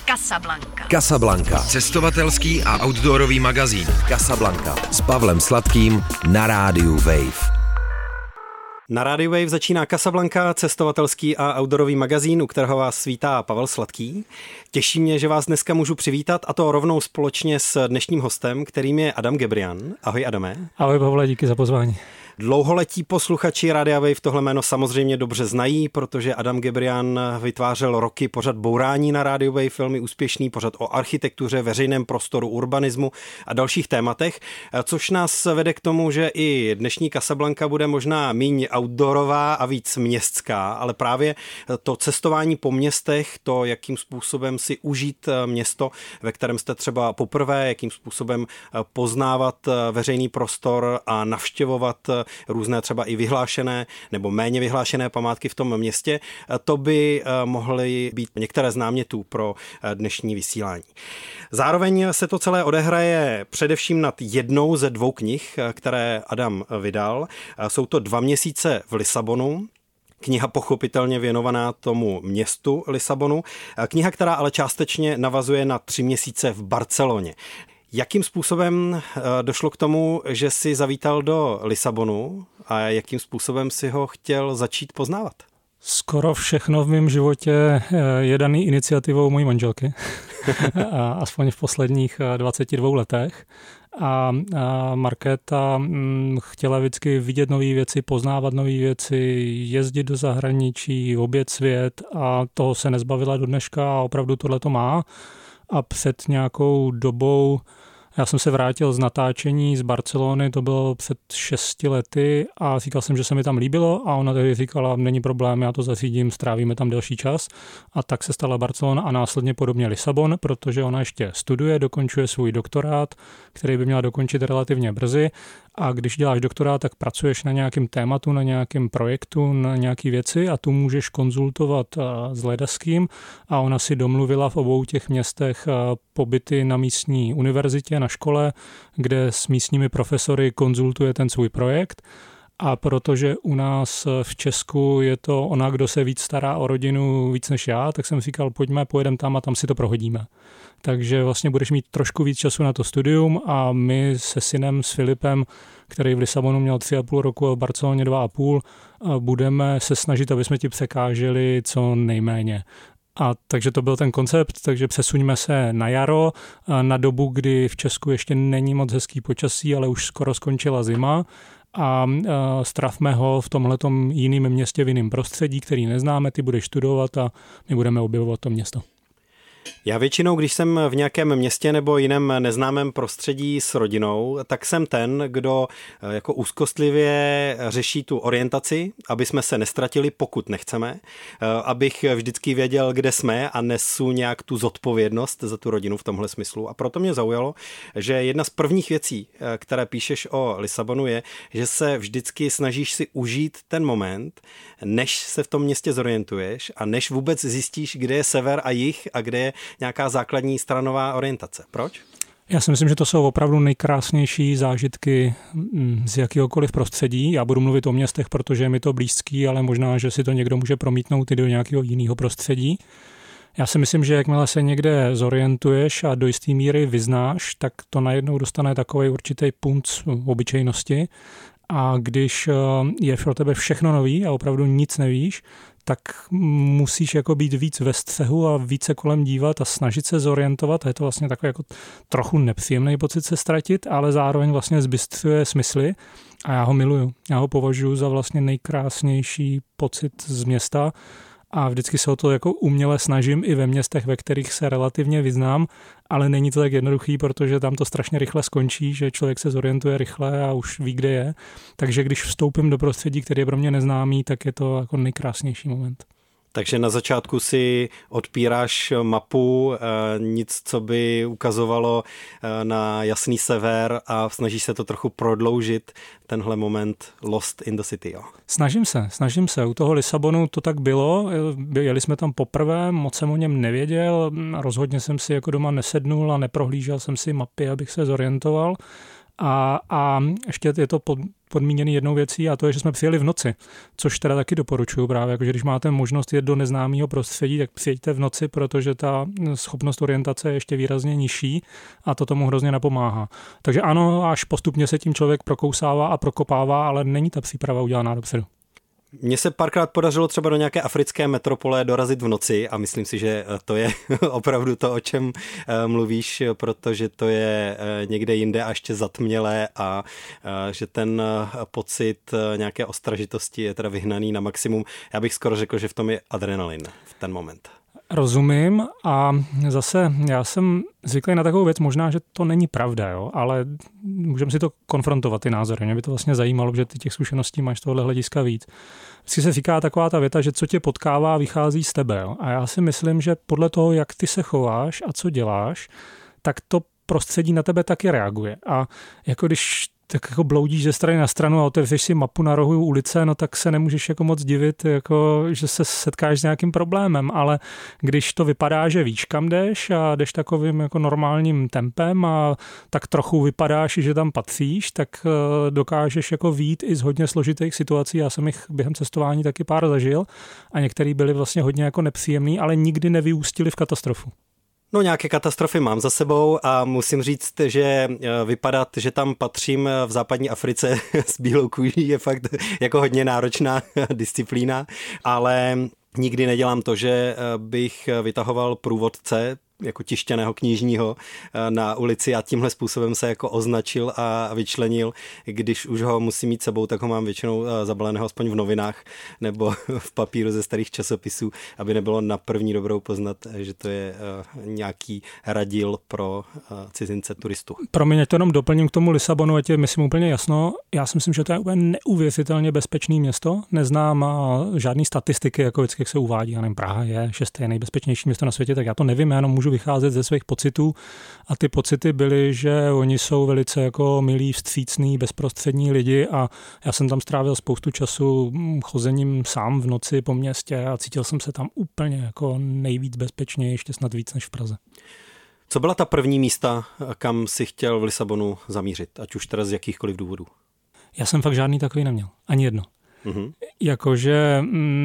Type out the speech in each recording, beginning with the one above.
Casablanca. Cestovatelský a outdoorový magazín. Casablanca s Pavlem Sladkým na rádiu Wave. Na rádiu Wave začíná Casablanca, cestovatelský a outdoorový magazín, u kterého vás svítá Pavel Sladký. Těší mě, že vás dneska můžu přivítat, a to rovnou společně s dnešním hostem, kterým je Adam Gebrian. Ahoj, Adame. Ahoj, Pavle, díky za pozvání. Dlouholetí posluchači Rádia Wave tohle jméno samozřejmě dobře znají, protože Adam Gebrian vytvářel roky pořad Bourání na Rádiu Wave, velmi úspěšný pořad o architektuře, veřejném prostoru, urbanismu a dalších tématech, což nás vede k tomu, že i dnešní Casablanca bude možná míň outdoorová a víc městská, ale právě to cestování po městech, to, jakým způsobem si užít město, ve kterém jste třeba poprvé, jakým způsobem poznávat veřejný prostor a navštěvovat různé třeba i vyhlášené nebo méně vyhlášené památky v tom městě. To by mohly být některé z námětů pro dnešní vysílání. Zároveň se to celé odehraje především nad jednou ze dvou knih, které Adam vydal. Jsou to 2 měsíce v Lisabonu. Kniha pochopitelně věnovaná tomu městu Lisabonu. Kniha, která ale částečně navazuje na 3 měsíce v Barceloně. Jakým způsobem došlo k tomu, že jsi zavítal do Lisabonu a jakým způsobem si ho chtěl začít poznávat? Skoro všechno v mém životě je daný iniciativou mojí manželky, aspoň v posledních 22 letech. A Markéta chtěla vždycky vidět nové věci, poznávat nové věci, jezdit do zahraničí, objet svět, a toho se nezbavila do dneška a opravdu tohle to má. A před nějakou dobou já jsem se vrátil z natáčení z Barcelony, to bylo před 6 lety, a říkal jsem, že se mi tam líbilo, a ona tehdy říkala, není problém, já to zařídím, strávíme tam delší čas. A tak se stala Barcelona a následně podobně Lisabon, protože ona ještě studuje, dokončuje svůj doktorát, který by měla dokončit relativně brzy. A když děláš doktorát, tak pracuješ na nějakém tématu, na nějakém projektu, na nějaké věci, a tu můžeš konzultovat s ledaským, a ona si domluvila v obou těch městech pobyty na místní univerzitě, na škole, kde s místními profesory konzultuje ten svůj projekt. A protože u nás v Česku je to ona, kdo se víc stará o rodinu víc než já, tak jsem říkal, pojedeme tam a tam si to prohodíme. Takže vlastně budeš mít trošku víc času na to studium, a my se synem, s Filipem, který v Lisabonu měl 3,5 roku a v Barceloně 2,5, budeme se snažit, aby jsme ti překáželi co nejméně. A takže to byl ten koncept, takže přesuňme se na jaro, na dobu, kdy v Česku ještě není moc hezký počasí, ale už skoro skončila zima, a stravme ho v tomhletom jiném městě, v jiném prostředí, který neznáme, ty budeš studovat a my budeme objevovat to město. Já většinou, když jsem v nějakém městě nebo jiném neznámém prostředí s rodinou, tak jsem ten, kdo jako úzkostlivě řeší tu orientaci, aby jsme se nestratili, pokud nechceme, abych vždycky věděl, kde jsme, a nesu nějak tu zodpovědnost za tu rodinu v tomhle smyslu. A proto mě zaujalo, že jedna z prvních věcí, které píšeš o Lisabonu, je, že se vždycky snažíš si užít ten moment, než se v tom městě zorientuješ a než vůbec zjistíš, kde je sever a jih a kde je nějaká základní stranová orientace. Proč? Já si myslím, že to jsou opravdu nejkrásnější zážitky z jakéhokoliv prostředí. Já budu mluvit o městech, protože je mi to blízký, ale možná, že si to někdo může promítnout i do nějakého jiného prostředí. Já si myslím, že jakmile se někde zorientuješ a do jisté míry vyznáš, tak to najednou dostane takový určitý punc obyčejnosti. A když je pro tebe všechno nový a opravdu nic nevíš, tak musíš jako být víc ve střehu a více kolem dívat a snažit se zorientovat. A je to vlastně takový jako trochu nepříjemný pocit se ztratit, ale zároveň vlastně zbystřuje smysly, a já ho miluju. Já ho považuji za vlastně nejkrásnější pocit z města, a vždycky se o to jako uměle snažím i ve městech, ve kterých se relativně vyznám, ale není to tak jednoduchý, protože tam to strašně rychle skončí, že člověk se zorientuje rychle a už ví, kde je. Takže když vstoupím do prostředí, který je pro mě neznámý, tak je to jako nejkrásnější moment. Takže na začátku si odpíráš mapu, nic, co by ukazovalo na jasný sever, a snažíš se to trochu prodloužit, tenhle moment lost in the city. Jo. Snažím se. U toho Lisabonu to tak bylo. Jeli jsme tam poprvé, moc jsem o něm nevěděl, rozhodně jsem si jako doma nesednul a neprohlížel jsem si mapy, abych se zorientoval. A ještě je to podmíněný jednou věcí a to je, že jsme přijeli v noci, což teda taky doporučuju právě, jakože když máte možnost jet do neznámého prostředí, tak přijeďte v noci, protože ta schopnost orientace je ještě výrazně nižší a to tomu hrozně napomáhá. Takže ano, až postupně se tím člověk prokousává a prokopává, ale není ta příprava udělaná dopředu. Mně se párkrát podařilo třeba do nějaké africké metropole dorazit v noci a myslím si, že to je opravdu to, o čem mluvíš, protože to je někde jinde a ještě zatmělé a že ten pocit nějaké ostražitosti je teda vyhnaný na maximum. Já bych skoro řekl, že v tom je adrenalin v ten moment. Rozumím a zase já jsem zvyklý na takovou věc, možná, že to není pravda, jo, ale můžeme si to konfrontovat, ty názory. Mě by to vlastně zajímalo, že ty těch zkušeností máš z tohohle hlediska víc. Vždycky se říká taková ta věta, že co tě potkává, vychází z tebe. Jo? A já si myslím, že podle toho, jak ty se chováš a co děláš, tak to prostředí na tebe taky reaguje. A jako když tak jako bloudíš ze strany na stranu a otevřeš si mapu na rohu ulice, no tak se nemůžeš jako moc divit, jako, že se setkáš s nějakým problémem, ale když to vypadá, že víš, kam jdeš a jdeš takovým jako normálním tempem a tak trochu vypadáš, že tam patříš, tak dokážeš jako vyjít i z hodně složitých situací. Já jsem jich během cestování taky pár zažil a některý byly vlastně hodně jako nepříjemný, ale nikdy nevyústily v katastrofu. No nějaké katastrofy mám za sebou a musím říct, že vypadat, že tam patřím v západní Africe s bílou kůží je fakt jako hodně náročná disciplína, ale nikdy nedělám to, že bych vytahoval průvodce jako tištěného knižního na ulici a tímhle způsobem se jako označil a vyčlenil. Když už ho musím mít sebou, tak ho mám většinou zabaleného aspoň v novinách nebo v papíru ze starých časopisů, aby nebylo na první dobrou poznat, že to je nějaký radil pro cizince turistu. Promiň, to jenom doplním k tomu Lisabonu, ať je myslím úplně jasno. Já si myslím, že to je úplně neuvěřitelně bezpečné město. Neznám žádný statistiky, jako vždycky se uvádí. Já nevím, Praha je 6. nejbezpečnější město na světě, tak já to nevím, jenom můžu vycházet ze svých pocitů a ty pocity byly, že oni jsou velice jako milí, vstřícní, bezprostřední lidi a já jsem tam strávil spoustu času chozením sám v noci po městě a cítil jsem se tam úplně jako nejvíc bezpečně, ještě snad víc než v Praze. Co byla ta první místa, kam si chtěl v Lisabonu zamířit, ať už teda z jakýchkoliv důvodů? Já jsem fakt žádný takový neměl, ani jedno. Mm-hmm. Jakože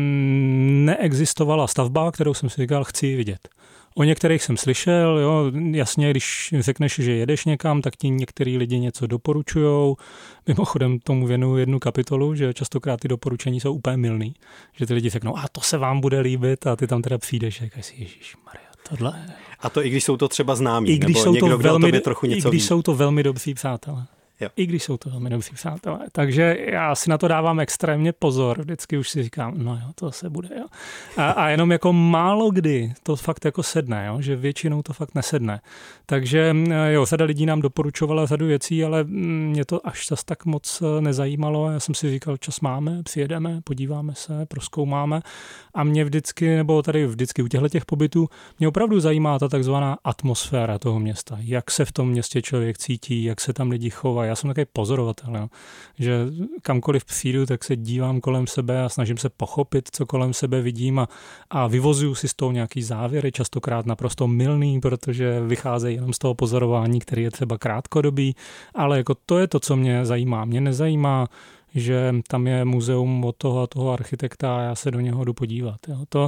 neexistovala stavba, kterou jsem si říkal, chci vidět. O některých jsem slyšel, jo, jasně, když řekneš, že jedeš někam, tak ti některý lidi něco doporučujou. Mimochodem tomu věnuju jednu kapitolu, že častokrát ty doporučení jsou úplně mylný. Že ty lidi řeknou, a to se vám bude líbit a ty tam teda přijdeš a říkáš si, ježišmarja, tohle. A to i když jsou to třeba známí, nebo někdo, kdo o tobě trochu něco ví. I když jsou to velmi dobří přátelé. Jo. I když jsou to velmi dobří přátelé. Takže já si na to dávám extrémně pozor. Vždycky už si říkám, no jo, to se bude. Jo. A jenom jako málo kdy to fakt jako sedne, jo, že většinou to fakt nesedne. Takže jo, řada lidí nám doporučovala řadu věcí, ale mě to až zas tak moc nezajímalo. Já jsem si říkal, čas máme, přijedeme, podíváme se, prozkoumáme. A mě vždycky, nebo tady vždycky u těchto pobytů, mě opravdu zajímá ta takzvaná atmosféra toho města. Jak se v tom městě člověk cítí, jak se tam lidi chovají. Já jsem takový pozorovatel, jo. Že kamkoliv přijdu, tak se dívám kolem sebe a snažím se pochopit, co kolem sebe vidím a vyvozuju si z toho nějaký závěry, častokrát naprosto mylný, protože vycházejí jenom z toho pozorování, který je třeba krátkodobý, ale jako to je to, co mě zajímá. Mě nezajímá, že tam je muzeum od toho a toho architekta a já se do něho jdu podívat. Jo.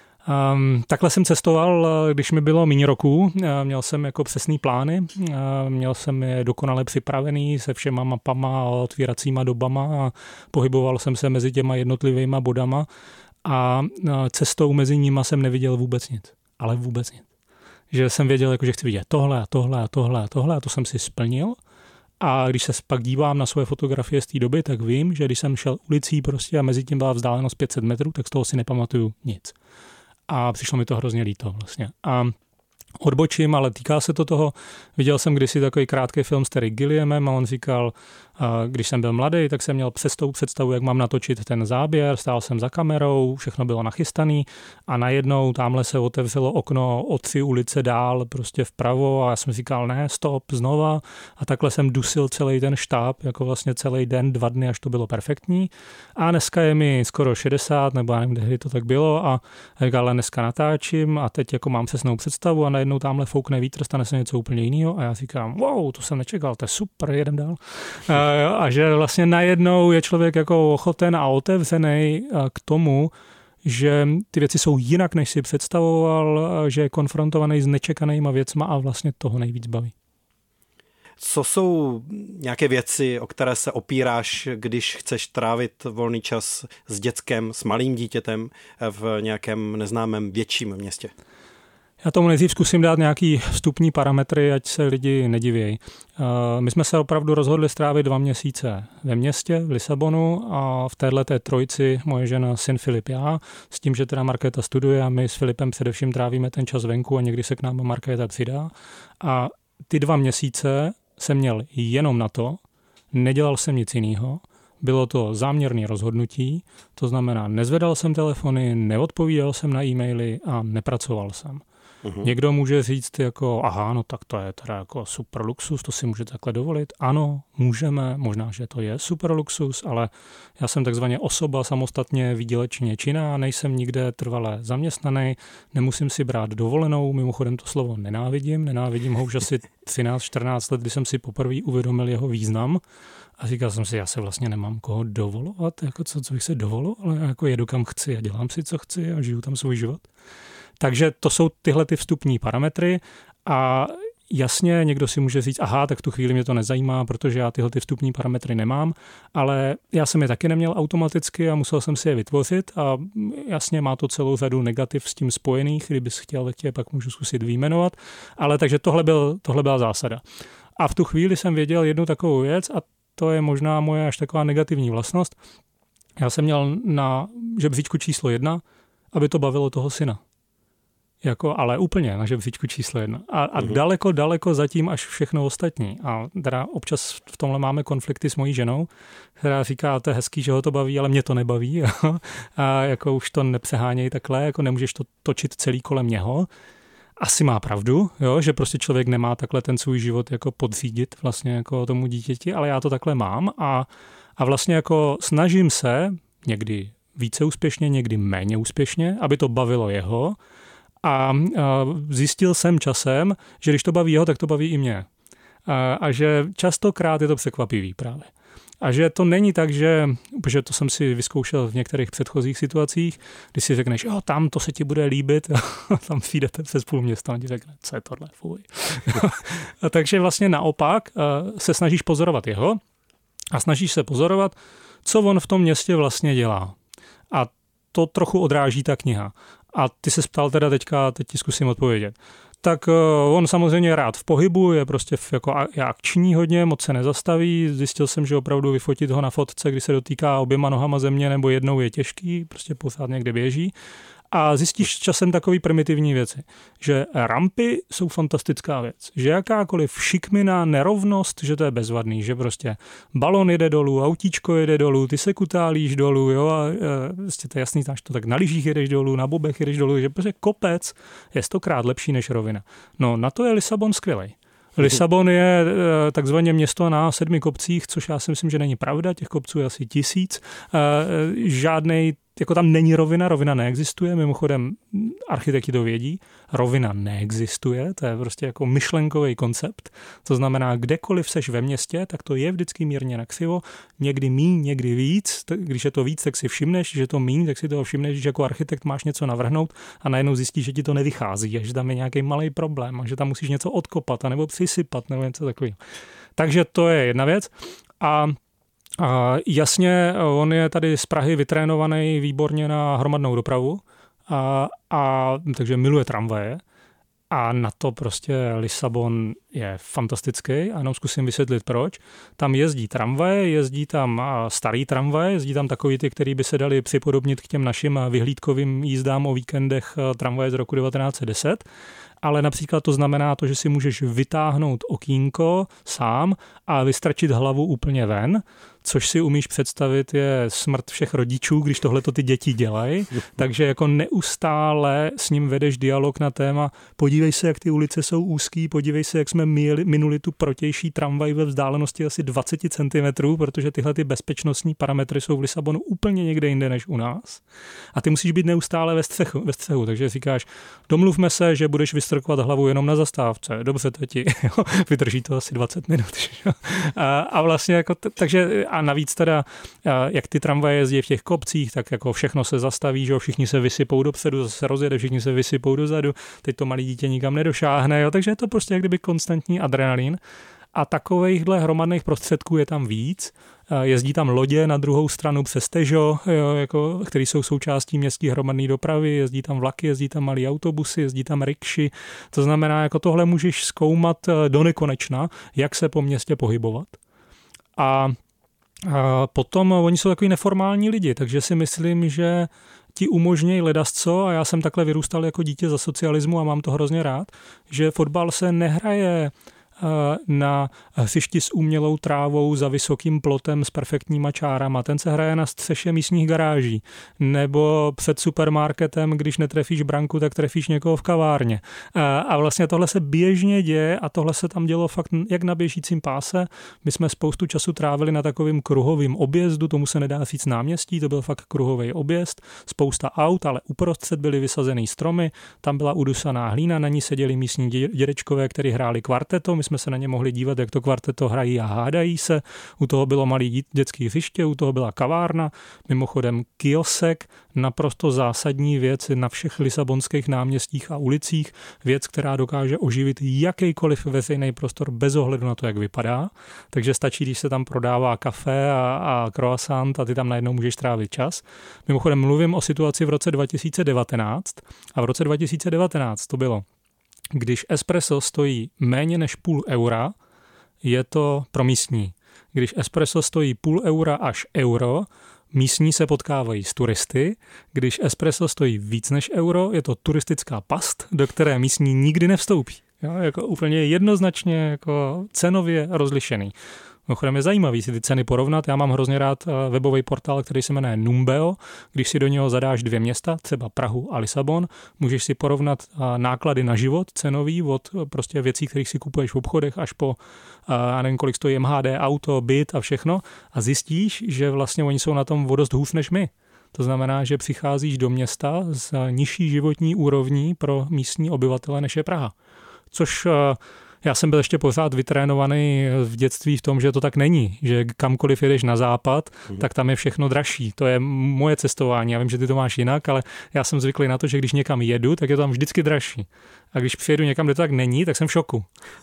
Takhle jsem cestoval, když mi bylo méně roku, měl jsem jako přesný plány, měl jsem je dokonale připravený se všema mapama a otvíracíma dobama a pohyboval jsem se mezi těma jednotlivýma bodama a cestou mezi nima jsem neviděl vůbec nic, ale vůbec nic. Že jsem věděl, jako, že chci vidět tohle a tohle a tohle a tohle a to jsem si splnil. A když se pak dívám na svoje fotografie z té doby, tak vím, že když jsem šel ulicí prostě a mezi tím byla vzdálenost 500 metrů, tak z toho si nepamatuju nic. A přišlo mi to hrozně líto vlastně. A odbočím, ale týká se to toho. Viděl jsem kdysi takový krátký film s Terry Gilliamem a on říkal, když jsem byl mladý, tak jsem měl přestou představu, jak mám natočit ten záběr, stál jsem za kamerou, všechno bylo nachystaný a najednou tamhle se otevřelo okno o 3 ulice dál, prostě vpravo a já jsem říkal, ne, stop, znova a takhle jsem dusil celý ten štáb, jako vlastně celý den, 2 dny, až to bylo perfektní a dneska je mi skoro 60, nebo já nevím, kdy to tak bylo a říkal, ale dneska natáčím a teď jako mám přesnou představu a najednou tamhle foukne vítr, stane se něco úplně jiného a já říkám, wow, to jsem nečekal, to je super, jedem dál. A že vlastně najednou je člověk jako ochoten a otevřený k tomu, že ty věci jsou jinak, než si představoval, že je konfrontovaný s nečekanýma věcma a vlastně toho nejvíc baví. Co jsou nějaké věci, o které se opíráš, když chceš trávit volný čas s dětskem, s malým dítětem v nějakém neznámém větším městě? Já tomu nejdřív zkusím dát nějaký vstupní parametry, ať se lidi nedivějí. My jsme se opravdu rozhodli strávit 2 měsíce ve městě, v Lisabonu a v téhleté trojici moje žena, syn Filip, já, s tím, že teda Markéta studuje a my s Filipem především trávíme ten čas venku a někdy se k nám Markéta přidá. A ty 2 měsíce jsem měl jenom na to, nedělal jsem nic jiného, bylo to záměrné rozhodnutí, to znamená, nezvedal jsem telefony, neodpovídal jsem na e-maily a nepracoval jsem. Někdo může říct jako, aha, no tak to je teda jako super luxus, to si můžete takhle dovolit. Ano, můžeme, možná, že to je super luxus, ale já jsem takzvaně osoba samostatně výdělečně činná, nejsem nikde trvale zaměstnaný, nemusím si brát dovolenou, mimochodem to slovo nenávidím ho už asi 13-14 let, kdy jsem si poprvé uvědomil jeho význam a říkal jsem si, já se vlastně nemám koho dovolovat, jako co bych se dovoloval, ale jako jedu kam chci a dělám si, co chci a žiju tam svůj život. Takže to jsou tyhle ty vstupní parametry a jasně někdo si může říct, aha, tak tu chvíli mě to nezajímá, protože já tyhle ty vstupní parametry nemám, ale já jsem je taky neměl automaticky a musel jsem si je vytvořit a jasně má to celou řadu negativ s tím spojených, kdybys chtěl, tak tě pak můžu zkusit vyjmenovat, ale takže tohle byla zásada. A v tu chvíli jsem věděl jednu takovou věc a to je možná moje až taková negativní vlastnost. Já jsem měl na žebříčku číslo 1, aby to bavilo toho syna. Jako, ale úplně na žebříčku číslo 1. A daleko zatím až všechno ostatní. A teda občas v tomhle máme konflikty s mojí ženou, která říká, to je hezký, že ho to baví, ale mě to nebaví. A jako už to nepřeháněj takhle, jako nemůžeš to točit celý kolem něho. Asi má pravdu, jo, že prostě člověk nemá takhle ten svůj život jako podřídit vlastně jako tomu dítěti, ale já to takhle mám a vlastně jako snažím se někdy více úspěšně, někdy méně úspěšně, aby to bavilo jeho. A zjistil jsem časem, že když to baví jeho, tak to baví i mě. A že častokrát je to překvapivý právě. A že to není tak, že to jsem si vyzkoušel v některých předchozích situacích, kdy si řekneš, jo, tam to se ti bude líbit, a tam přijdete přes půl města a ti řekne, co je tohle, fuj. A takže vlastně naopak se snažíš pozorovat jeho a snažíš se pozorovat, co on v tom městě vlastně dělá. A to trochu odráží ta kniha. A ty se ptal teda teď ti zkusím odpovědět. Tak on samozřejmě rád v pohybu, je prostě je akční hodně, moc se nezastaví. Zjistil jsem, že opravdu vyfotit ho na fotce, kdy se dotýká oběma nohama země nebo jednou je těžký, prostě pořád někde běží. A zjistíš časem takový primitivní věci, že rampy jsou fantastická věc, že jakákoliv šikmina, nerovnost, že to je bezvadný, že prostě balon jede dolů, autíčko jede dolů, ty se kutálíš dolů, jo, a prostě to je jasný, znáš to, tak na lyžích jedeš dolů, na bobech jedeš dolů, že prostě kopec je 100krát lepší než rovina. No, na to je Lisabon skvělej. Lisabon je takzvaně město na 7 kopcích, což já si myslím, že není pravda, těch kopců je asi 1000. Žádnej, jako tam není rovina neexistuje, mimochodem architekti to vědí, rovina neexistuje, to je prostě jako myšlenkový koncept, to znamená, kdekoliv seš ve městě, tak to je vždycky mírně nakřivo, někdy míň, někdy víc, když je to víc, tak si všimneš, že to míň, tak si toho všimneš, když jako architekt máš něco navrhnout a najednou zjistíš, že ti to nevychází a že tam je nějaký malý problém a že tam musíš něco odkopat a nebo přisypat nebo něco takového. Takže to je jedna věc a jasně, on je tady z Prahy vytrénovaný výborně na hromadnou dopravu, takže miluje tramvaje a na to prostě Lisabon je fantastický a jenom zkusím vysvětlit proč. Tam jezdí tramvaje, jezdí tam starý tramvaje, jezdí tam takový ty, který by se dali připodobnit k těm našim vyhlídkovým jízdám o víkendech tramvaje z roku 1910, ale například to znamená to, že si můžeš vytáhnout okýnko sám a vystrčit hlavu úplně ven, což si umíš představit je smrt všech rodičů, když tohleto ty děti dělají, takže jako neustále s ním vedeš dialog na téma, podívej se, jak ty ulice jsou úzký, podívej se, jak jsme minuli tu protější tramvaj ve vzdálenosti asi 20 cm, protože tyhle ty bezpečnostní parametry jsou v Lisabonu úplně někde jinde než u nás. A ty musíš být neustále ve střehu, takže říkáš, domluvme se, že budeš vystrkovat hlavu jenom na zastávce. Dobře, tati, vydrží to asi 20 minut. A vlastně jako, takže a navíc teda, jak ty tramvaje jezdí v těch kopcích, tak jako všechno se zastaví, že všichni se vysypou dopředu, zase se rozjede, všichni se vysypou dozadu, teď to malé dítě nikam nedošáhne, jo, takže je to prostě jak kdyby konstantní adrenalin. A takovejchhle hromadných prostředků je tam víc. Jezdí tam lodě na druhou stranu přes Težo, jako, který jsou součástí městské hromadné dopravy, jezdí tam vlaky, jezdí tam malý autobusy, jezdí tam rikši. To znamená, jako tohle můžeš zkoumat do nekonečna, jak se po městě pohybovat. A potom oni jsou takový neformální lidi, takže si myslím, že ti umožnějí ledasco, a já jsem takhle vyrůstal jako dítě za socialismu a mám to hrozně rád, že fotbal se nehraje na hřišti s umělou trávou za vysokým plotem s perfektníma čárama. Ten se hraje na střeše místních garáží. Nebo před supermarketem, když netrefíš branku, tak trefíš někoho v kavárně. A vlastně tohle se běžně děje a tohle se tam dělo fakt jak na běžícím páse. My jsme spoustu času trávili na takovým kruhovým objezdu, tomu se nedá říct náměstí, to byl fakt kruhový objezd, spousta aut, ale uprostřed byly vysazený stromy, tam byla udusaná hlína, na ní seděli místní dědečkové, kteří hráli kvarteto, my jsme se na ně mohli dívat, jak to kvarteto hrají a hádají se. U toho bylo malý dětský hřiště, u toho byla kavárna, mimochodem kiosek, naprosto zásadní věc na všech lisabonských náměstích a ulicích, věc, která dokáže oživit jakýkoliv veřejný prostor bez ohledu na to, jak vypadá. Takže stačí, když se tam prodává kafe a croissant a ty tam najednou můžeš trávit čas. Mimochodem mluvím o situaci v roce 2019 a v roce 2019 to bylo, když espresso stojí méně než půl eura, je to pro místní. Když espresso stojí půl eura až euro, místní se potkávají s turisty. Když espresso stojí víc než euro, je to turistická past, do které místní nikdy nevstoupí. Jo, jako úplně jednoznačně jako cenově rozlišený. Mimochodem je zajímavý si ty ceny porovnat. Já mám hrozně rád webový portál, který se jmenuje Numbeo. Když si do něho zadáš 2 města, třeba Prahu a Lisabon, můžeš si porovnat náklady na život cenový od prostě věcí, kterých si kupuješ v obchodech, až po, já nevím, kolik stojí MHD, auto, byt a všechno. A zjistíš, že vlastně oni jsou na tom o dost hůř než my. To znamená, že přicházíš do města s nižší životní úrovní pro místní obyvatele, než je Praha. Což já jsem byl ještě pořád vytrénovaný v dětství v tom, že to tak není, že kamkoliv jedeš na západ, tak tam je všechno dražší. To je moje cestování. Já vím, že ty to máš jinak, ale já jsem zvyklý na to, že když někam jedu, tak je to tam vždycky dražší. A když přijedu někam, kde to tak není, tak jsem v šoku.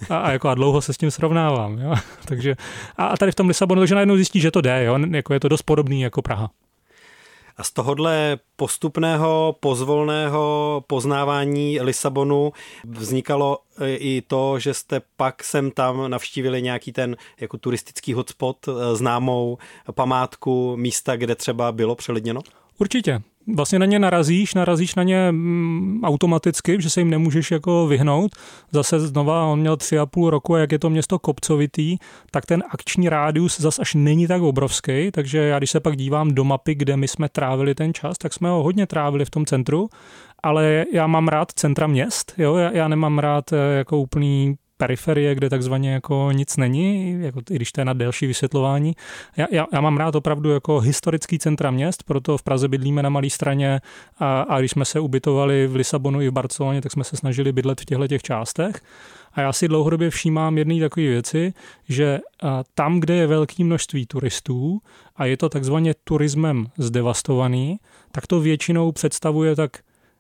A dlouho se s tím srovnávám. Jo? Takže, a tady v tom Lisabonu, takže najednou zjistíš, že to jde. Jo? Jako je to dost podobný jako Praha. A z tohohle postupného, pozvolného poznávání Lisabonu vznikalo i to, že jste pak sem tam navštívili nějaký ten jako turistický hotspot, známou památku, místa, kde třeba bylo přelidněno? Určitě. Vlastně na ně narazíš na ně automaticky, že se jim nemůžeš jako vyhnout. Zase znova, on měl 3,5 roku a jak je to město kopcovitý, tak ten akční rádius zas až není tak obrovský, takže já když se pak dívám do mapy, kde my jsme trávili ten čas, tak jsme ho hodně trávili v tom centru, ale já mám rád centra měst, jo? Já nemám rád jako úplný periferie, kde takzvaně jako nic není, jako, i když to je na delší vysvětlování. Já mám rád opravdu jako historický centra měst, proto v Praze bydlíme na Malé Straně a když jsme se ubytovali v Lisabonu i v Barceloně, tak jsme se snažili bydlet v těchto částech. A já si dlouhodobě všímám jedné takové věci, že tam, kde je velké množství turistů a je to takzvaně turismem zdevastovaný, tak to většinou představuje tak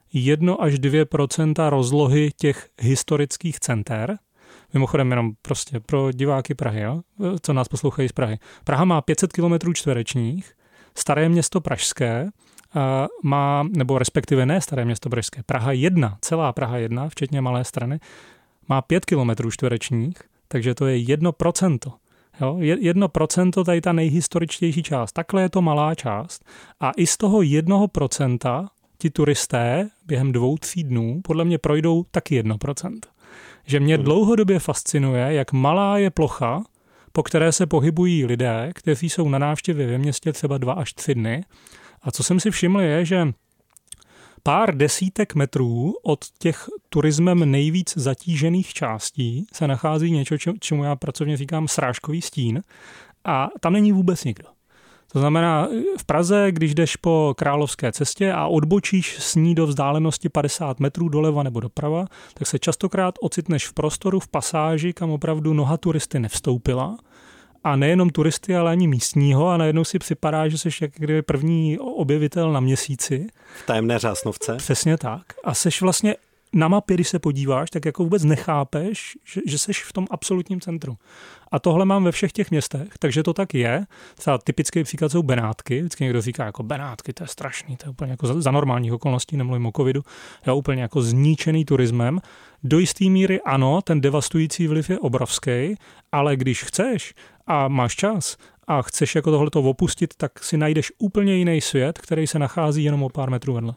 1 až 2% rozlohy těch historických center. Mimochodem jenom prostě pro diváky Prahy, jo? Co nás poslouchají z Prahy. Praha má 500 km čtverečních, staré město pražské má, nebo respektive ne staré město pražské, Praha 1, celá Praha 1, včetně Malé Strany, má 5 km čtverečních, takže to je 1%. Jo? 1% tady ta nejhistoričtější část. Takhle je to malá část. A i z toho 1% ti turisté během 2-3 dnů podle mě projdou taky 1%. Že mě dlouhodobě fascinuje, jak malá je plocha po které se pohybují lidé, kteří jsou na návštěvě ve městě třeba 2 až 3 dny. A co jsem si všiml je, že pár desítek metrů od těch turismem nejvíc zatížených částí se nachází něco, čemu já pracovně říkám srážkový stín, a tam není vůbec nikdo. To znamená, v Praze, když jdeš po Královské cestě a odbočíš s ní do vzdálenosti 50 metrů doleva nebo doprava, tak se častokrát ocitneš v prostoru, v pasáži, kam opravdu noha turisty nevstoupila. A nejenom turisty, ale ani místního, a najednou si připadá, že jsi jak kdyby první objevitel na měsíci. V tajemné Řásnovce. Přesně tak. A seš vlastně na mapě, když se podíváš, tak jako vůbec nechápeš, že seš v tom absolutním centru. A tohle mám ve všech těch městech, takže to tak je. Třeba typický příklad jsou Benátky. Vždycky někdo říká, jako Benátky, to je strašný, to je úplně jako za normálních okolností, nemluvím o covidu, je úplně jako zničený turismem. Do jistý míry ano, ten devastující vliv je obrovský, ale když chceš a máš čas a chceš jako tohleto opustit, tak si najdeš úplně jiný svět, který se nachází jenom o pár metrů vedle.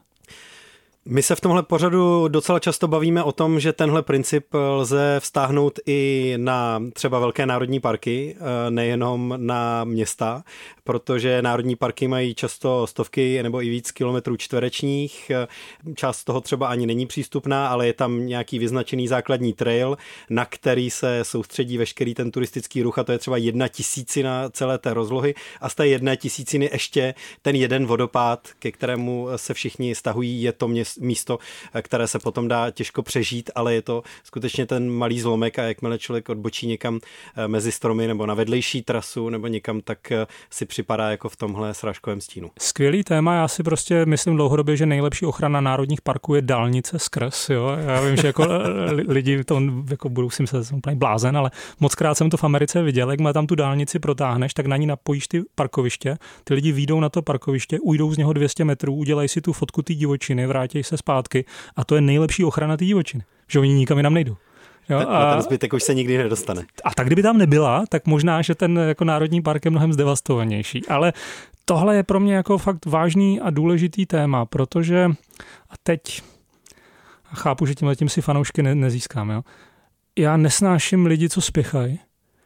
My se v tomhle pořadu docela často bavíme o tom, že tenhle princip lze vztáhnout i na třeba velké národní parky, nejenom na města, protože národní parky mají často stovky nebo i víc kilometrů čtverečních. Část toho třeba ani není přístupná, ale je tam nějaký vyznačený základní trail, na který se soustředí veškerý ten turistický ruch, a to je třeba 1/1000 celé té rozlohy, a z té 1/1000 ještě ten jeden vodopád, ke kterému se všichni stahují, je to místo, které se potom dá těžko přežít, ale je to skutečně ten malý zlomek, a jakmile člověk odbočí někam mezi stromy nebo na vedlejší trasu nebo někam, tak si připadá jako v tomhle srážkovém stínu. Skvělý téma, já si prostě myslím dlouhodobě, že nejlepší ochrana národních parků je dálnice skrz, jo. Já vím, že jako lidi to jako budou si myslet, že jsem úplně blázen, ale mockrát jsem to v Americe viděl, jak má tam tu dálnici protáhneš, tak na ní napojíš ty parkoviště, ty lidi vyjdou na to parkoviště, ujdou z něho 200 metrů, udělají si tu fotku té divočiny, vrátí se zpátky, a to je nejlepší ochrana té divočiny, že oni nikam jinam nejdou. Jo, a ten zbytek už se nikdy nedostane. A tak kdyby tam nebyla, tak možná, že ten jako národní park je mnohem zdevastovanější. Ale tohle je pro mě jako fakt vážný a důležitý téma, protože a teď chápu, že tímhletím si fanoušky nezískám. Jo. Já nesnáším lidi, co spěchají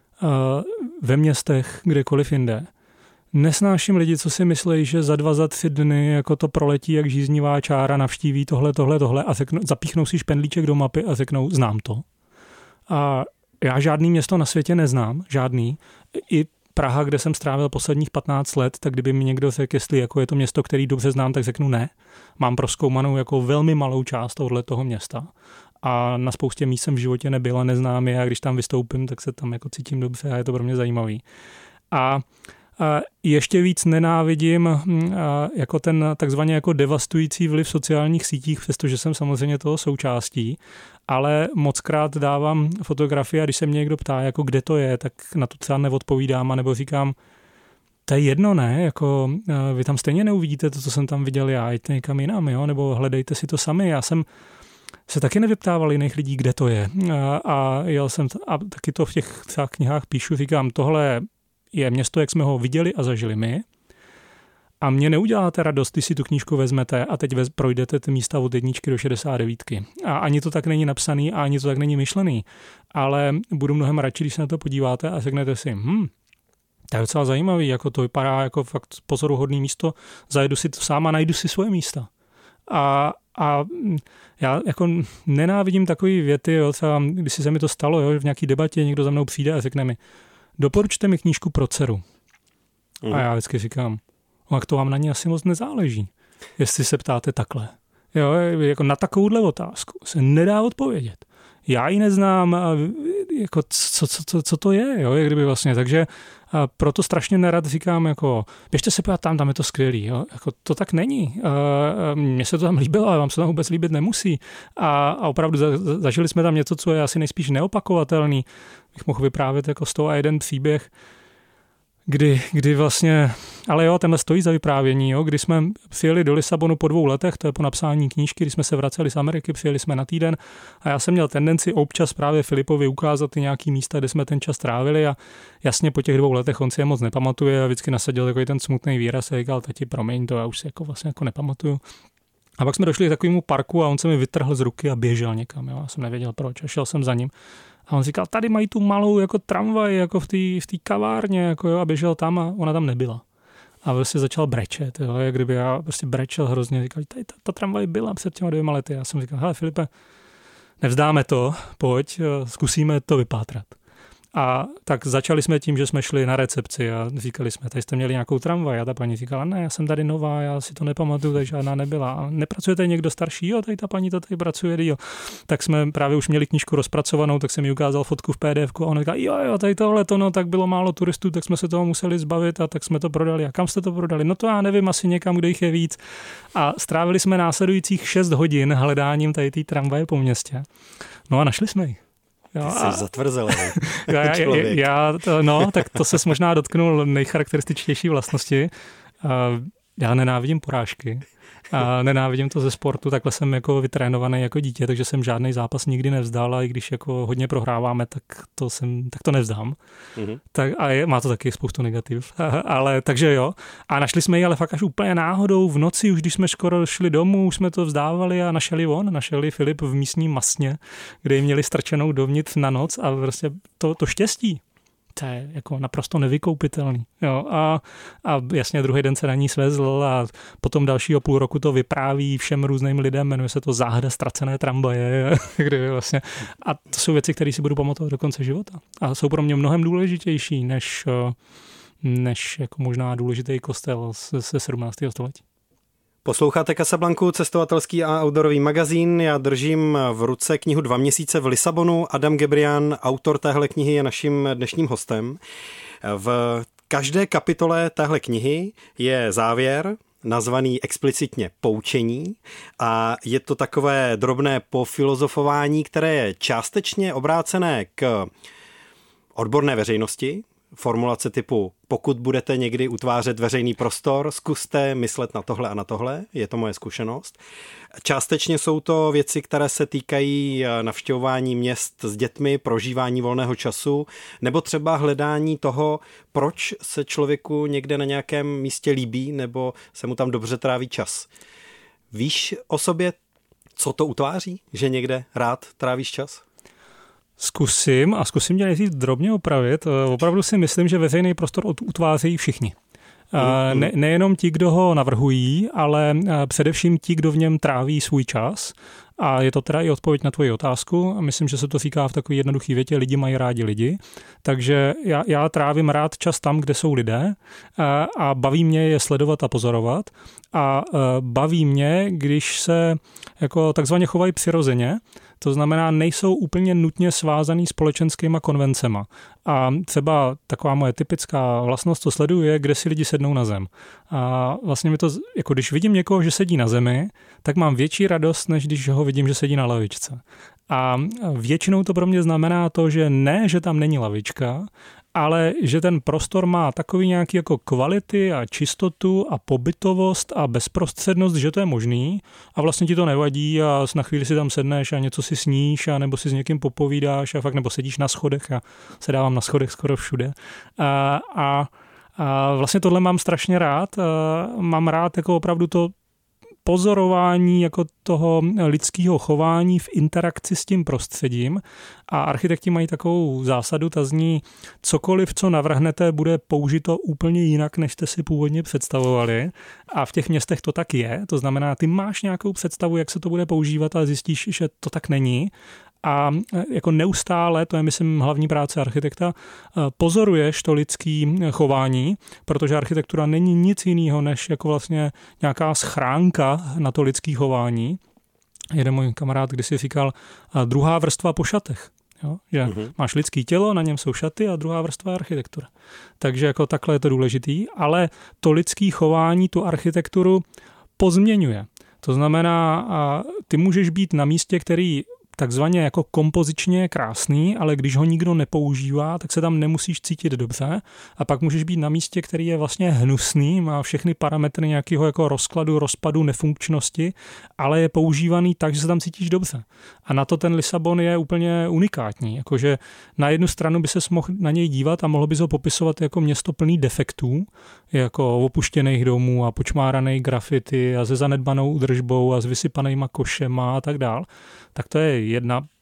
ve městech, kdekoliv jinde. Nesnáším lidi, co si myslí, že za 2, za 3 dny jako to proletí jak žíznivá čára, navštíví tohle a zapíchnou si špendlíček do mapy a řeknou, znám to. A já žádný město na světě neznám, žádný. I Praha, kde jsem strávil posledních 15 let, tak kdyby mi někdo řekl, jestli jako je to město, který dobře znám, tak řeknu ne. Mám prozkoumanou jako velmi malou část tohoto města. A na spoustě míst jsem v životě nebyl a neznám je, a když tam vystoupím, tak se tam jako cítím dobře a je to pro mě zajímavý. A ještě víc nenávidím jako ten takzvaně jako devastující vliv sociálních sítích, přestože jsem samozřejmě toho součástí, ale mockrát dávám fotografie a když se mě někdo ptá, jako kde to je, tak na to třeba neodpovídám, anebo říkám, to je jedno, ne, jako vy tam stejně neuvidíte to, co jsem tam viděl já, jděte někam jinam, jo, nebo hledejte si to sami. Já jsem se taky nevyptával jiných lidí, kde to je. A jel jsem a taky to v těch třeba knihách píšu, říkám, tohle je město, jak jsme ho viděli a zažili my. A mě neuděláte radost, když si tu knížku vezmete a teď projdete ty místa od 1 do 69. A ani to tak není napsaný a ani to tak není myšlený. Ale budu mnohem radši, když se na to podíváte a řeknete si, to je docela zajímavý, jako to vypadá jako fakt pozoruhodný místo, zajedu si to sám a najdu si svoje místa. A já jako nenávidím takový věty, jo, třeba, když se mi to stalo, jo, v nějaký debatě někdo za mnou přijde a řekne mi, doporučte mi knížku pro dceru. A já vždycky říkám, tak to vám na ní asi moc nezáleží, jestli se ptáte takhle. Jo, jako na takovouhle otázku se nedá odpovědět. Já ji neznám, jako co to je, jo, jak kdyby vlastně, takže proto strašně nerad říkám, jako běžte se podívat tam je to skvělý, jo, jako to tak není. Mně se to tam líbilo, ale vám se tam vůbec líbit nemusí. A opravdu zažili jsme tam něco, co je asi nejspíš neopakovatelný. Bych mohl vyprávět jako 101 příběh, kdy vlastně, ale jo, tenhle stojí za vyprávění, jo, kdy jsme přijeli do Lisabonu po 2 letech, to je po napsání knížky, když jsme se vraceli z Ameriky, přijeli jsme na týden a já jsem měl tendenci občas právě Filipovi ukázat ty nějaký místa, kde jsme ten čas trávili a jasně po těch 2 letech on si je moc nepamatuje a vždycky nasadil takový ten smutný výraz a říkal, tati, promiň, to já už si jako vlastně jako nepamatuju. A pak jsme došli k takovému parku a on se mi vytrhl z ruky a běžel někam, jo, já jsem nevěděl proč a šel jsem za ním. A on říkal, tady mají tu malou jako tramvaj, jako v té kavárně, jako jo, a běžel tam a ona tam nebyla. A prostě začal brečet, jo, jak kdyby já prostě brečel hrozně, říkal, tady ta tramvaj byla před těma 2 lety. Já jsem říkal, hele Filipe, nevzdáme to, pojď, zkusíme to vypátrat. A tak začali jsme tím, že jsme šli na recepci a říkali jsme, tady jste měli nějakou tramvaj. A ta paní říkala, ne, já jsem tady nová, já si to nepamatuju, takže žádná nebyla. A nepracujete někdo starší? Jo, tady ta paní to tady pracuje díl. Tak jsme právě už měli knížku rozpracovanou, tak jsem mi ukázal fotku v PDF-ku a on říkal, jo, tady tohle to, no, tak bylo málo turistů, tak jsme se toho museli zbavit a tak jsme to prodali. A kam jste to prodali? No to já nevím, asi někam, kde jich je víc. A strávili jsme následujících 6 hodin hledáním tady té tramvaje po městě. No a našli jsme ji. Jo, ty jsi zatvrzelý člověk. Tak to ses možná dotknul nejcharakterističtější vlastnosti. Já nenávidím porážky. A nenávidím to ze sportu, takhle jsem jako vytrénovaný jako dítě, takže jsem žádný zápas nikdy nevzdal a i když jako hodně prohráváme, tak to nevzdám. Mm-hmm. Tak, a má to taky spoustu negativ. Ale takže jo. A našli jsme ji ale fakt až úplně náhodou v noci, už když jsme skoro šli domů, už jsme to vzdávali a našel Filip v místní masně, kde ji měli strčenou dovnitř na noc a prostě to štěstí. To je jako naprosto nevykoupitelný. Jo, a jasně druhý den se na ní svezl a potom dalšího půl roku to vypráví všem různým lidem, jmenuje se to Záhada ztracené tramvaje. Vlastně. A to jsou věci, které si budu pamatovat do konce života. A jsou pro mě mnohem důležitější, než jako možná důležitý kostel ze 17. století. Posloucháte Casablanku, cestovatelský a outdoorový magazín. Já držím v ruce knihu 2 měsíce v Lisabonu. Adam Gebrian, autor téhle knihy, je naším dnešním hostem. V každé kapitole téhle knihy je závěr, nazvaný explicitně poučení, a je to takové drobné pofilozofování, které je částečně obrácené k odborné veřejnosti. Formulace typu, pokud budete někdy utvářet veřejný prostor, zkuste myslet na tohle a na tohle, je to moje zkušenost. Částečně jsou to věci, které se týkají navštěvování měst s dětmi, prožívání volného času, nebo třeba hledání toho, proč se člověku někde na nějakém místě líbí, nebo se mu tam dobře tráví čas. Víš o sobě, co to utváří, že někde rád trávíš čas? Zkusím tě nejdřív drobně opravit. Opravdu si myslím, že veřejný prostor utvářejí všichni. Nejenom ti, kdo ho navrhují, ale především ti, kdo v něm tráví svůj čas. A je to teda i odpověď na tvoji otázku. A myslím, že se to říká v takové jednoduché větě, lidi mají rádi lidi. Takže já trávím rád čas tam, kde jsou lidé a baví mě je sledovat a pozorovat. A baví mě, když se jako takzvaně chovají přirozeně. To znamená, nejsou úplně nutně svázaný společenskýma konvencema. A třeba taková moje typická vlastnost, co sleduju, je, kde si lidi sednou na zem. A vlastně mi to, jako když vidím někoho, že sedí na zemi, tak mám větší radost, než když ho vidím, že sedí na lavičce. A většinou to pro mě znamená to, že ne, že tam není lavička, ale že ten prostor má takový nějaký jako kvality a čistotu a pobytovost a bezprostřednost, že to je možný a vlastně ti to nevadí a na chvíli si tam sedneš a něco si sníš a nebo si s někým popovídáš a fakt nebo sedíš na schodech a sedávám na schodech skoro všude. A vlastně tohle mám strašně rád. Mám rád jako opravdu to pozorování jako toho lidského chování v interakci s tím prostředím a architekti mají takovou zásadu, ta zní, cokoliv, co navrhnete, bude použito úplně jinak, než jste si původně představovali a v těch městech to tak je, to znamená, ty máš nějakou představu, jak se to bude používat a zjistíš, že to tak není. A jako neustále, to je myslím hlavní práce architekta, pozoruješ to lidské chování, protože architektura není nic jiného, než jako vlastně nějaká schránka na to lidské chování. Jeden můj kamarád kdysi říkal, druhá vrstva po šatech. Jo? Že máš lidské tělo, na něm jsou šaty a druhá vrstva je architektura. Takže jako takhle je to důležitý, ale to lidské chování, tu architekturu pozměňuje. To znamená, ty můžeš být na místě, který takzvaně jako kompozičně krásný, ale když ho nikdo nepoužívá, tak se tam nemusíš cítit dobře a pak můžeš být na místě, který je vlastně hnusný, má všechny parametry nějakého jako rozkladu, rozpadu, nefunkčnosti, ale je používaný tak, že se tam cítíš dobře. A na to ten Lisabon je úplně unikátní, jakože na jednu stranu by ses mohl na něj dívat a mohl bys ho popisovat jako město plný defektů, jako opuštěných domů a počmáraných grafity a se zanedbanou údržbou a s vysypanýma košema a tak dál. Tak to je jedna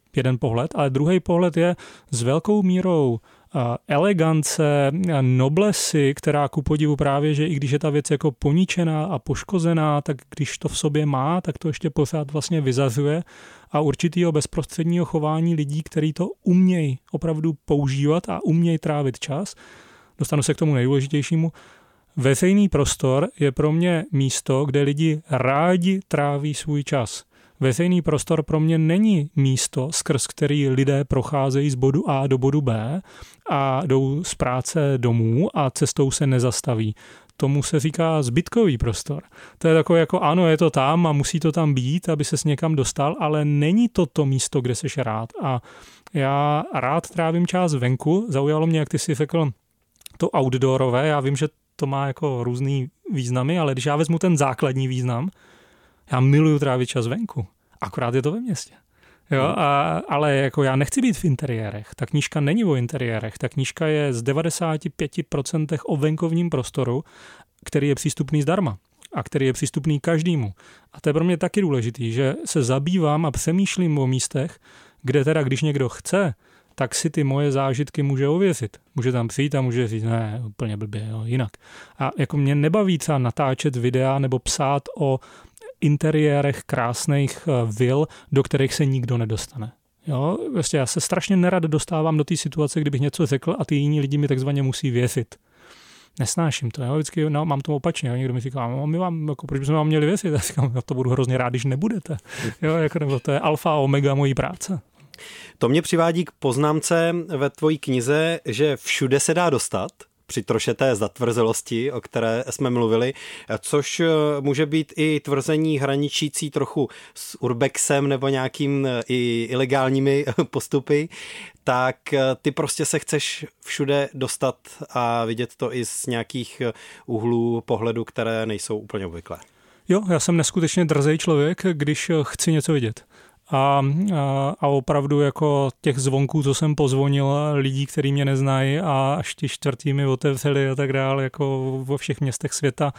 jeden pohled, ale druhý pohled je s velkou mírou elegance, noblesy, která ku podivu právě, že i když je ta věc jako poničená a poškozená, tak když to v sobě má, tak to ještě pořád vlastně vyzařuje a určitýho bezprostředního chování lidí, kteří to umějí opravdu používat a umějí trávit čas. Dostanu se k tomu nejdůležitějšímu. Veřejný prostor je pro mě místo, kde lidi rádi tráví svůj čas. Veřejný prostor pro mě není místo, skrz který lidé procházejí z bodu A do bodu B a jdou z práce domů a cestou se nezastaví. Tomu se říká zbytkový prostor. To je takové jako ano, je to tam a musí to tam být, aby ses někam dostal, ale není to místo, kde seš rád. A já rád trávím čas venku. Zaujalo mě, jak ty jsi řekl, to outdoorové. Já vím, že to má jako různý významy, ale když já vezmu ten základní význam, já miluju trávit čas venku. Akorát je to ve městě. Jo, ale jako já nechci být v interiérech. Ta knížka není o interiérech. Ta knížka je z 95% o venkovním prostoru, který je přístupný zdarma a který je přístupný každému. A to je pro mě taky důležitý, že se zabývám a přemýšlím o místech, kde teda, když někdo chce, tak si ty moje zážitky může ověřit. Může tam přijít a může říct, ne, úplně blbě, jo, jinak. A jako mě nebaví třeba natáčet videa nebo psát o interiérech krásných vil, do kterých se nikdo nedostane. Jo, vlastně já se strašně nerad dostávám do té situace, kdybych něco řekl a ty jiní lidi mi takzvaně musí věřit. Nesnáším to, jo, vždycky mám to opačně, jo. Někdo mi říká, my vám, jako, proč bychom vám měli věřit? Já říkám, já to budu hrozně rád, když nebudete. Jo, jako, nebo to je alfa a omega mojí práce. To mě přivádí k poznámce ve tvojí knize, že všude se dá dostat, při troše té zatvrzelosti, o které jsme mluvili, což může být i tvrzení hraničící trochu s urbexem nebo nějakým i ilegálními postupy, tak ty prostě se chceš všude dostat a vidět to i z nějakých úhlů pohledu, které nejsou úplně obvyklé. Jo, já jsem neskutečně drzej člověk, když chci něco vidět. A opravdu jako těch zvonků, co jsem pozvonil, lidí, kteří mě neznají a až ti čtvrtí mi otevřeli a tak dále, jako vo všech městech světa,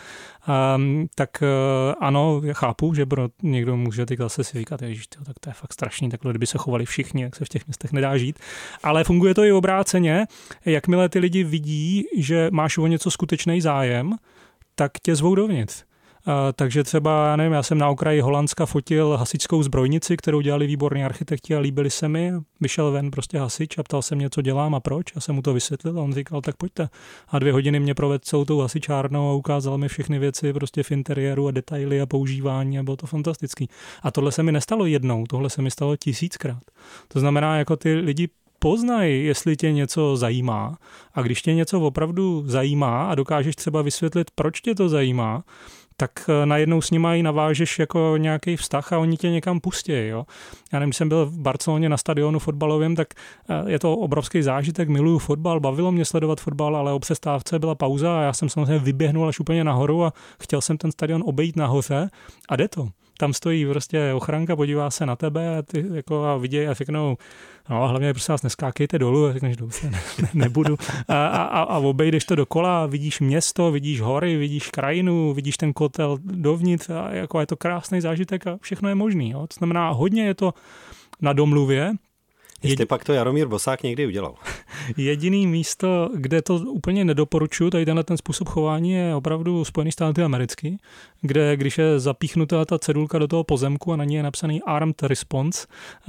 tak ano, já chápu, že někdo může teď zase si říkat, ježiš, tak to je fakt strašný, takhle kdyby se chovali všichni, jak se v těch městech nedá žít. Ale funguje to i obráceně, jakmile ty lidi vidí, že máš o něco skutečný zájem, tak tě zvou dovnitř. Takže třeba, já nevím, já jsem na okraji Holandska fotil hasičskou zbrojnici, kterou dělali výborní architekti a líbili se mi. Vyšel ven prostě hasič a ptal se mě, co dělám a proč. Já jsem mu to vysvětlil a on říkal, tak pojďte. A 2 hodiny mě provedl celou tou hasičárnou a ukázal mi všechny věci prostě v interiéru a detaily a používání a bylo to fantastický. A tohle se mi nestalo jednou, tohle se mi stalo 1000krát. To znamená, jako ty lidi poznaj, jestli tě něco zajímá. A když tě něco opravdu zajímá a dokážeš třeba vysvětlit, proč tě to zajímá, tak najednou s nima i navážeš jako nějaký vztah a oni tě někam pustí. Jo? Já nevím, když jsem byl v Barceloně na stadionu fotbalovém, tak je to obrovský zážitek, miluju fotbal, bavilo mě sledovat fotbal, ale o přestávce byla pauza a já jsem samozřejmě vyběhnul až úplně nahoru a chtěl jsem ten stadion obejít nahoře a jde to. Tam stojí prostě ochranka, podívá se na tebe a ty jako a vidějí a řeknou, no hlavně prosím vás neskákejte dolů a řekneš, dobře, nebudu. A obejdeš to dokola, vidíš město, vidíš hory, vidíš krajinu, vidíš ten kotel dovnitř a jako je to krásný zážitek a všechno je možný. Jo? To znamená, hodně je to na domluvě. Jestli pak to Jaromír Bosák někdy udělal. Jediný místo, kde to úplně nedoporučuji, tady tenhle ten způsob chování je opravdu Spojené státy americký, kde když je zapíchnutá ta cedulka do toho pozemku a na ní je napsaný Armed Response,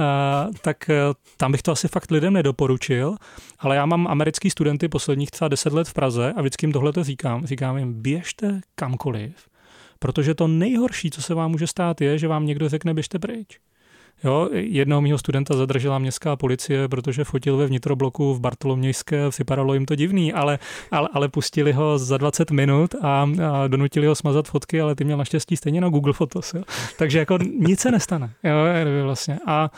tak tam bych to asi fakt lidem nedoporučil, ale já mám americký studenty posledních třeba 10 let v Praze a vždycky jim tohle to říkám jim, běžte kamkoliv, protože to nejhorší, co se vám může stát, je, že vám někdo řekne, běžte pryč. Jo, jednoho mýho studenta zadržela městská policie, protože fotil ve vnitrobloku v Bartolomějské, připadalo jim to divný, ale pustili ho za 20 minut a donutili ho smazat fotky, ale ty měl naštěstí stejně na Google Fotos. Jo. Takže jako nic se nestane. Jo, vlastně.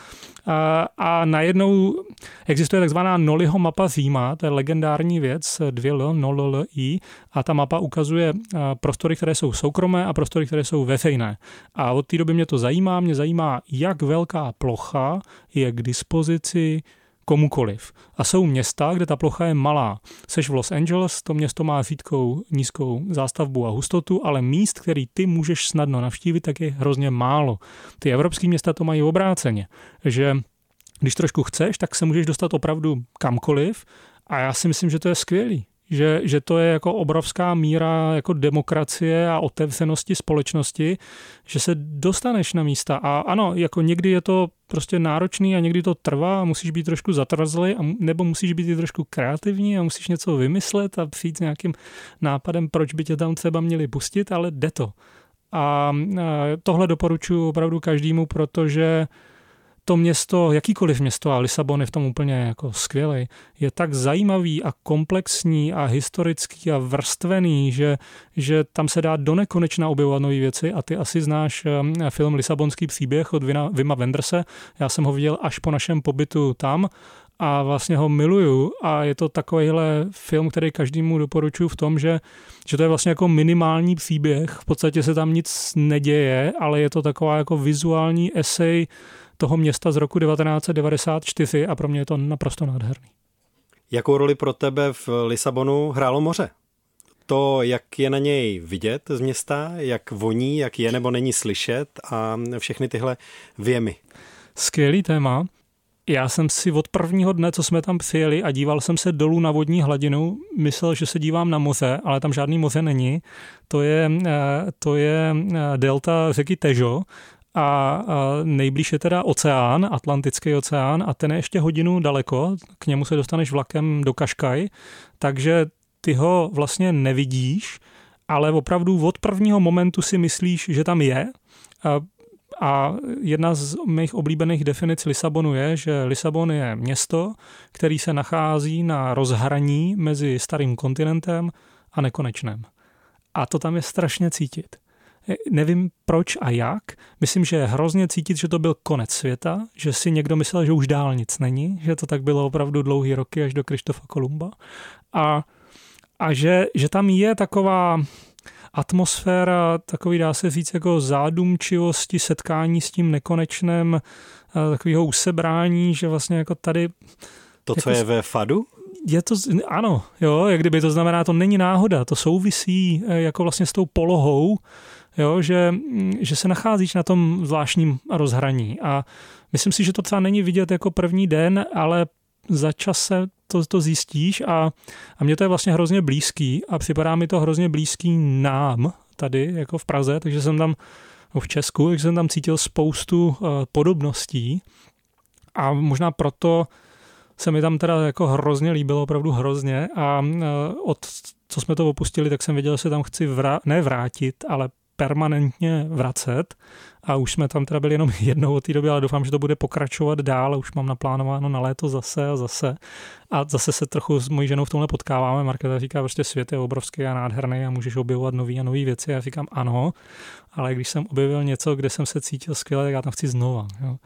A najednou existuje takzvaná Noliho mapa Říma, to je legendární věc, 2L, NOLLI, a ta mapa ukazuje prostory, které jsou soukromé a prostory, které jsou veřejné. A od té doby mě zajímá, jak velká plocha je k dispozici komukoliv. A jsou města, kde ta plocha je malá. Seš v Los Angeles, to město má řídkou nízkou zástavbu a hustotu, ale míst, který ty můžeš snadno navštívit, tak je hrozně málo. Ty evropské města to mají obráceně, že když trošku chceš, tak se můžeš dostat opravdu kamkoliv a já si myslím, že to je skvělý. Že to je jako obrovská míra jako demokracie a otevřenosti společnosti, že se dostaneš na místa. A ano, jako někdy je to prostě náročný a někdy to trvá a musíš být trošku zatrzlý, nebo musíš být i trošku kreativní a musíš něco vymyslet a přijít s nějakým nápadem, proč by tě tam třeba měli pustit, ale jde to. A tohle doporučuji opravdu každému, protože to město, jakýkoliv město, a Lisabon je v tom úplně jako skvělej, je tak zajímavý a komplexní a historický a vrstvený, že tam se dá do nekonečna objevovat nové věci a ty asi znáš film Lisabonský příběh od Wima Wenderse. Já jsem ho viděl až po našem pobytu tam a vlastně ho miluju a je to takovýhle film, který každému doporučuji v tom, že to je vlastně jako minimální příběh, v podstatě se tam nic neděje, ale je to taková jako vizuální esej toho města z roku 1994 a pro mě je to naprosto nádherný. Jakou roli pro tebe v Lisabonu hrálo moře? To, jak je na něj vidět z města, jak voní, jak je nebo není slyšet a všechny tyhle věmy. Skvělý téma. Já jsem si od prvního dne, co jsme tam přijeli a díval jsem se dolů na vodní hladinu, myslel, že se dívám na moře, ale tam žádný moře není. To je delta řeky Tejo a nejblíž je teda oceán, Atlantický oceán a ten je ještě hodinu daleko, k němu se dostaneš vlakem do Kaškaj, takže ty ho vlastně nevidíš, ale opravdu od prvního momentu si myslíš, že tam je. A jedna z mých oblíbených definic Lisabonu je, že Lisabon je město, který se nachází na rozhraní mezi starým kontinentem a nekonečném. A to tam je strašně cítit. Nevím proč a jak. Myslím, že je hrozně cítit, že to byl konec světa, že si někdo myslel, že už dál nic není, že to tak bylo opravdu dlouhý roky až do Krištofa Kolumba. A že tam je taková atmosféra, takový dá se říct jako zádumčivosti, setkání s tím nekonečném, takového usebrání, že vlastně jako tady... To, jako, co je ve Fadu? Je to, ano, jo, jak kdyby to znamená, to není náhoda, to souvisí jako vlastně s tou polohou, jo, že se nacházíš na tom zvláštním rozhraní a myslím si, že to třeba není vidět jako první den, ale za čas se to zjistíš a mně to je vlastně hrozně blízký a připadá mi to hrozně blízký nám tady jako v Praze, takže jsem tam v Česku, takže jsem tam cítil spoustu podobností a možná proto se mi tam teda jako hrozně líbilo, opravdu hrozně a od co jsme to opustili, tak jsem věděl, že se tam chci vrátit, ale permanentně vracet a už jsme tam teda byli jenom jednou od té doby, ale doufám, že to bude pokračovat dál, už mám naplánováno na léto zase a zase se trochu s mojí ženou v tomhle potkáváme. Markéta říká, prostě svět je obrovský a nádherný a můžeš objevovat nový a nový věci. Já říkám ano, ale když jsem objevil něco, kde jsem se cítil skvěle, tak já tam chci znova. Jo.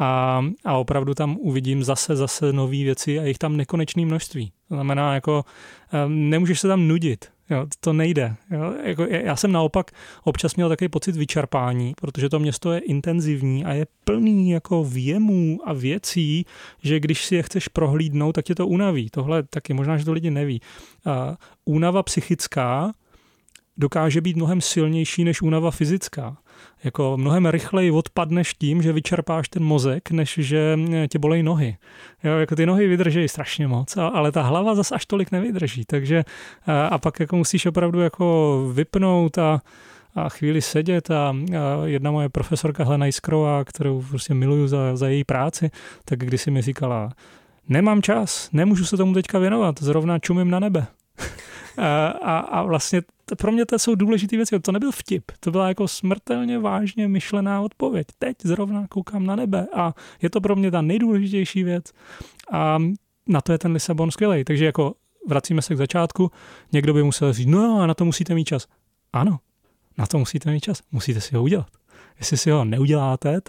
A opravdu tam uvidím zase nový věci a jich tam nekonečné množství. To znamená, jako nemůžeš se tam nudit. Jo, to nejde. Jo. Jako, já jsem naopak občas měl takový pocit vyčerpání, protože to město je intenzivní a je plný jako věmů a věcí, že když si je chceš prohlídnout, tak tě to unaví. Tohle taky možná, že to lidi neví. Únava psychická dokáže být mnohem silnější než únava fyzická. Jako mnohem rychleji odpadneš tím, že vyčerpáš ten mozek, než že tě bolej nohy. Jo, jako ty nohy vydrží strašně moc, ale ta hlava zas až tolik nevydrží. Takže a pak jako musíš opravdu jako vypnout a chvíli sedět a jedna moje profesorka Helena Jiskrová, kterou prostě miluju za její práci, tak kdysi mi říkala, nemám čas, nemůžu se tomu teďka věnovat, zrovna čumím na nebe. A vlastně pro mě to jsou důležité věci. To nebyl vtip, to byla jako smrtelně vážně myšlená odpověď. Teď zrovna koukám na nebe a je to pro mě ta nejdůležitější věc. A na to je ten Lisabon skvělej. Takže jako vracíme se k začátku, někdo by musel říct, no a na to musíte mít čas. Ano, na to musíte mít čas, musíte si ho udělat. Jestli si ho neuděláte,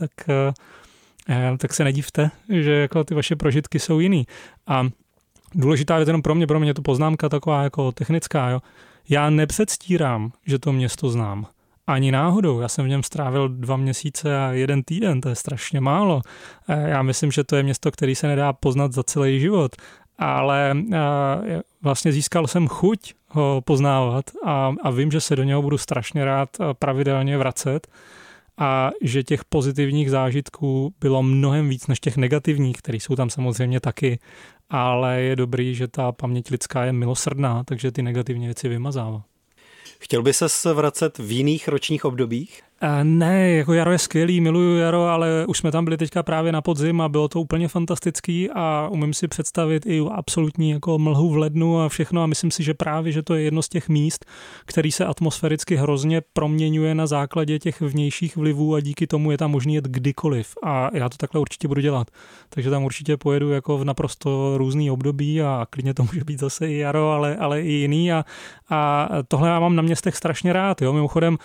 tak se nedivte, že jako ty vaše prožitky jsou jiný. A důležitá věc jenom pro mě je to poznámka taková jako technická. Jo. Já nepředstírám, že to město znám. Ani náhodou. Já jsem v něm strávil 2 měsíce a 1 týden. To je strašně málo. Já myslím, že to je město, který se nedá poznat za celý život. Ale vlastně získal jsem chuť ho poznávat a vím, že se do něho budu strašně rád pravidelně vracet. a že těch pozitivních zážitků bylo mnohem víc než těch negativních, které jsou tam samozřejmě taky, ale je dobrý, že ta paměť lidská je milosrdná, takže ty negativní věci vymazává. Chtěl by ses vracet v jiných ročních obdobích? Ne, jako jaro je skvělý, miluju jaro, ale už jsme tam byli teďka právě na podzim a bylo to úplně fantastický a umím si představit i absolutní jako mlhu v lednu a všechno a myslím si, že právě, že to je jedno z těch míst, který se atmosféricky hrozně proměňuje na základě těch vnějších vlivů a díky tomu je tam možný jet kdykoliv a já to takhle určitě budu dělat. Takže tam určitě pojedu jako v naprosto různý období a klidně to může být zase i jaro, ale i jiný a tohle já mám na městech strašně rád, jo, mimochodem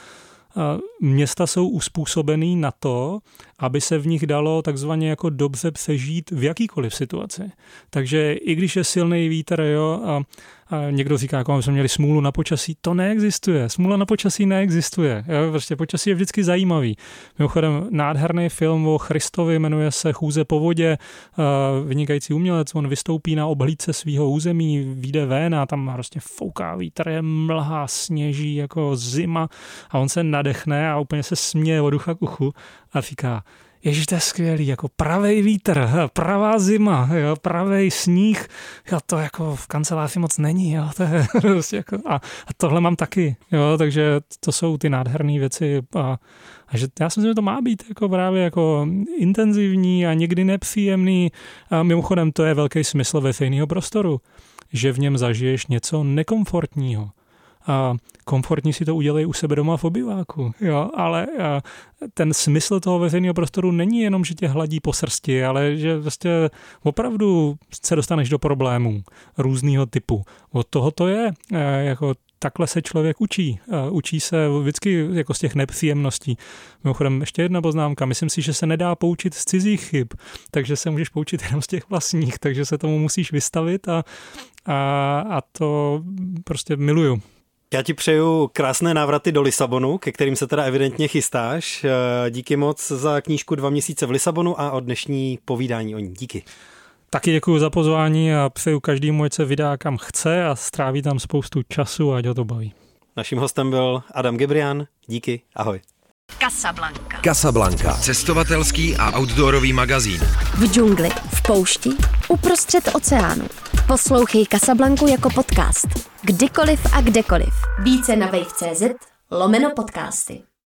města jsou uspůsobený na to, aby se v nich dalo takzvaně jako dobře přežít v jakýkoliv situaci. Takže i když je silný vítr, jo, a někdo říká, jako jsme měli smůlu na počasí, to neexistuje. Smůla na počasí neexistuje. Jo, prostě počasí je vždycky zajímavý. Mimochodem nádherný film o Christovi, jmenuje se Chůze po vodě, vynikající umělec, on vystoupí na obhlídce svého území, vyjde ven a tam prostě fouká vítr, je mlha, sněží, jako zima a on se nadechne a úplně se směje od ucha k uchu a říká, ježiš, to je skvělý, jako pravej vítr, pravá zima, jo, pravej sníh, jo, to jako v kanceláři moc není, jo, to je prostě jako, a tohle mám taky, jo, takže to jsou ty nádherné věci a že já si myslím, že to má být jako právě jako intenzivní a někdy nepříjemný a mimochodem to je velký smysl veřejného prostoru, že v něm zažiješ něco nekomfortního. A komfortní si to udělej u sebe doma v obyváku, jo, ale ten smysl toho veřejného prostoru není jenom, že tě hladí po srsti, ale že vlastně opravdu se dostaneš do problémů různýho typu. Od toho to je, jako takhle se člověk učí. Učí se vždycky jako z těch nepříjemností. Mimochodem ještě jedna poznámka. Myslím si, že se nedá poučit z cizích chyb, takže se můžeš poučit jenom z těch vlastních, takže se tomu musíš vystavit a to prostě miluju. Já ti přeju krásné návraty do Lisabonu, ke kterým se teda evidentně chystáš. Díky moc za knížku 2 měsíce v Lisabonu a o dnešní povídání o ní. Díky. Taky děkuji za pozvání a přeju každému, ať se vydá kam chce a stráví tam spoustu času a ať ho to baví. Naším hostem byl Adam Gebrian. Díky, ahoj. Casablanca. Cestovatelský a outdoorový magazín. V džungli, v poušti, uprostřed oceánu. Poslouchej Casablancu jako podcast. Kdykoliv a kdekoliv. Více na wave.cz/podcasty.